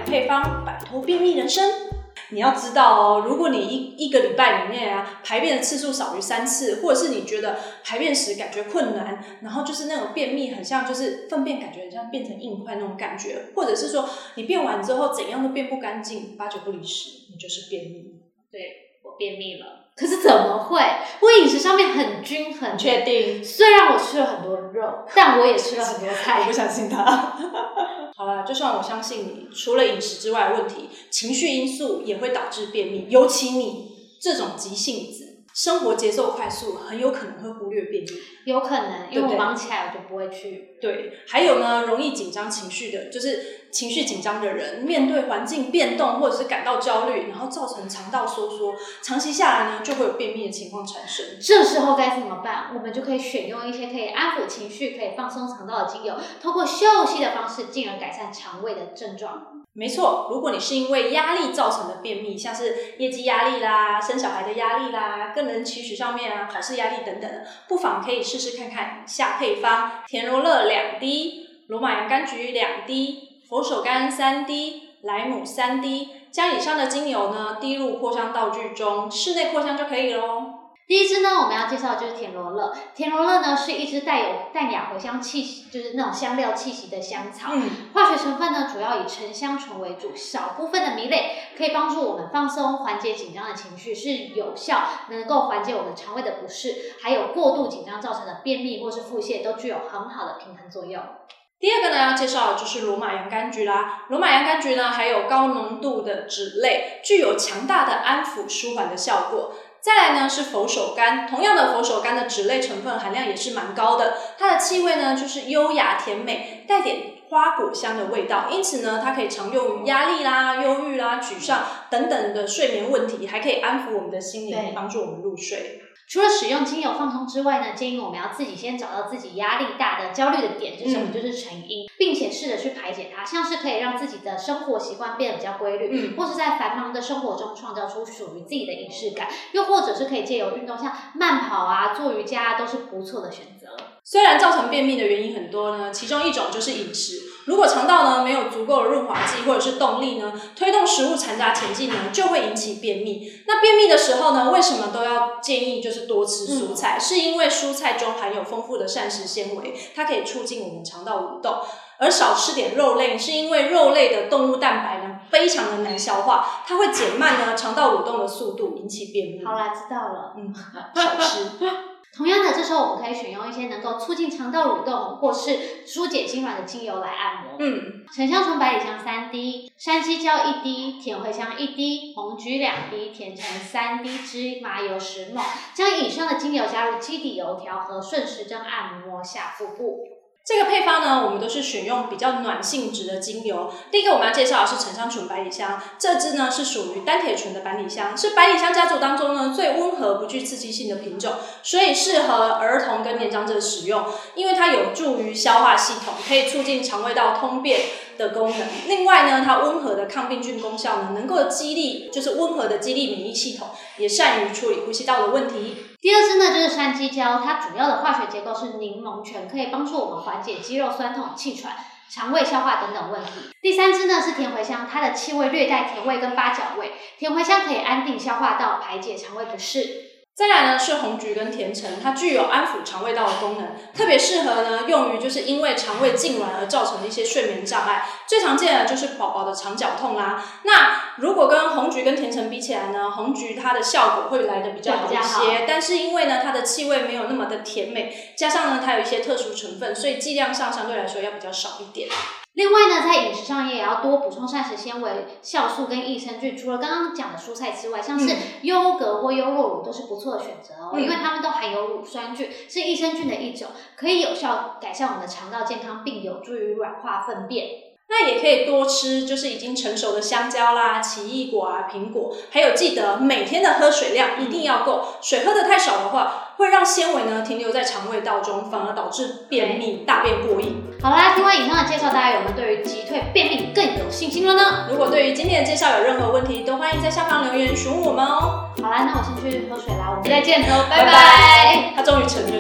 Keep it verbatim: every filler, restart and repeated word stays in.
配方，摆脱便秘人生。你要知道哦，如果你一一个礼拜里面啊排便的次数少于三次，或者是你觉得排便时感觉困难，然后就是那种便秘很像就是粪便感觉很像变成硬块那种感觉，或者是说你便完之后怎样都便不干净，八九不离十，你就是便秘。 对，我便秘了。可是怎么会？我饮食上面很均衡。 确定？ 虽然我吃了很多肉，但我也吃了很多菜。 我不相信他。好啦，就算我相信你，除了饮食之外的问题，情绪因素也会导致便秘，尤其你这种急性子，生活节奏快速，很有可能会忽略便秘。 有可能，因为我忙起来我就不会去。 对，还有呢，容易紧张情绪的，就是情绪紧张的人，面对环境变动或者是感到焦虑，然后造成肠道收缩，长期下来呢，就会有便秘的情况产生。 这时候该怎么办？我们就可以选用一些可以安抚情绪、可以放松肠道的精油，透过休息的方式，进而改善肠胃的症状。 没错，如果你是因为压力造成的便秘，像是业绩压力啦、生小孩的压力啦、个人期许上面啊、考试压力等等的，不妨可以试试看看以下配方：甜罗勒两滴、罗马洋甘菊两滴、佛手柑三滴、莱姆三滴，将以上的精油呢滴入扩香道具中，室内扩香就可以咯。 第一支呢，我们要介绍的就是甜罗勒。甜罗勒呢是一支带有淡雅茴香气息，就是那种香料气息的香草。嗯，化学成分呢主要以沉香醇为主，少部分的醚类可以帮助我们放松、缓解紧张的情绪，是有效能够缓解我们肠胃的不适，还有过度紧张造成的便秘或是腹泻都具有很好的平衡作用。 第二个呢，要介绍的就是罗马洋甘菊啦。罗马洋甘菊呢，含有高浓度的脂类，具有强大的安抚舒缓的效果。再来呢是佛手柑，同样的佛手柑的脂类成分含量也是蛮高的，它的气味呢就是优雅甜美，带点花果香的味道，因此呢它可以常用于压力啦、忧郁啦、沮丧等等的睡眠问题，还可以安抚我们的心灵，帮助我们入睡。 除了使用精油放松之外呢，建议我们要自己先找到自己压力大的焦虑的点是什么，嗯、就是成因，并且试着去排解它，像是可以让自己的生活习惯变得比较规律，嗯、或是在繁忙的生活中创造出属于自己的仪式感，又或者是可以借由运动，像慢跑啊、做瑜伽啊，都是不错的选择。 虽然造成便秘的原因很多呢，其中一种就是饮食。如果肠道呢没有足够的润滑剂或者是动力呢，推动食物残渣前进呢，就会引起便秘。那便秘的时候呢，为什么都要建议就是多吃蔬菜？嗯、是因为蔬菜中含有丰富的膳食纤维，它可以促进我们肠道蠕动。而少吃点肉类，是因为肉类的动物蛋白呢非常的难消化，它会减慢呢肠道蠕动的速度，引起便秘。 好啦，知道了。 嗯，少吃。 同样的，这时候我们可以选用一些能够促进肠道蠕动或是疏解痉挛的精油来按摩。嗯，沉香醇百里香三滴，山西椒一滴，甜茴香一滴，红菊两滴，甜橙三滴，芝麻油十毫升。将以上的精油加入基底油调和，顺时针按摩下腹部。 这个配方呢，我们都是选用比较暖性质的精油。第一个我们要介绍的是沉香醇百里香，这支呢是属于单铁醇的百里香，是百里香家族当中呢最温和不具刺激性的品种，所以适合儿童跟年长者使用，因为它有助于消化系统，可以促进肠胃道通便的功能。另外呢，它温和的抗病菌功效呢，能够激励就是温和的激励免疫系统，也善于处理呼吸道的问题。 第二支呢就是山鸡椒，它主要的化学结构是柠檬醛，可以帮助我们缓解肌肉酸痛、气喘、肠胃消化等等问题。第三支呢是甜茴香，它的气味略带甜味跟八角味，甜茴香可以安定消化道，排解肠胃不适。 再来呢是红菊跟甜橙，它具有安抚肠胃道的功能，特别适合呢用于就是因为肠胃痉挛而造成的一些睡眠障碍，最常见的就是宝宝的肠绞痛啦。那如果跟红菊跟甜橙比起来呢，红菊它的效果会来的比较好一些，但是因为呢它的气味没有那么的甜美，加上呢它有一些特殊成分，所以剂量上相对来说要比较少一点。 另外呢，在饮食上也要多补充膳食纤维、酵素跟益生菌。除了刚刚讲的蔬菜之外，像是优格或优酪乳都是不错的选择哦，嗯、因为它们都含有乳酸菌，是益生菌的一种，可以有效改善我们的肠道健康，并有助于软化粪便。 那也可以多吃就是已经成熟的香蕉啦、奇异果啊、苹果，还有记得每天的喝水量一定要够，水喝得太少的话，会让纤维呢停留在肠胃道中，反而导致便秘、大便过硬。 好啦，听完以上的介绍，大家有没有对于击退便秘更有信心了呢？ 如果对于今天的介绍有任何问题，都欢迎在下方留言询问我们哦。 好啦，那我先去喝水啦，我们再见喽，拜拜拜。他终于承认。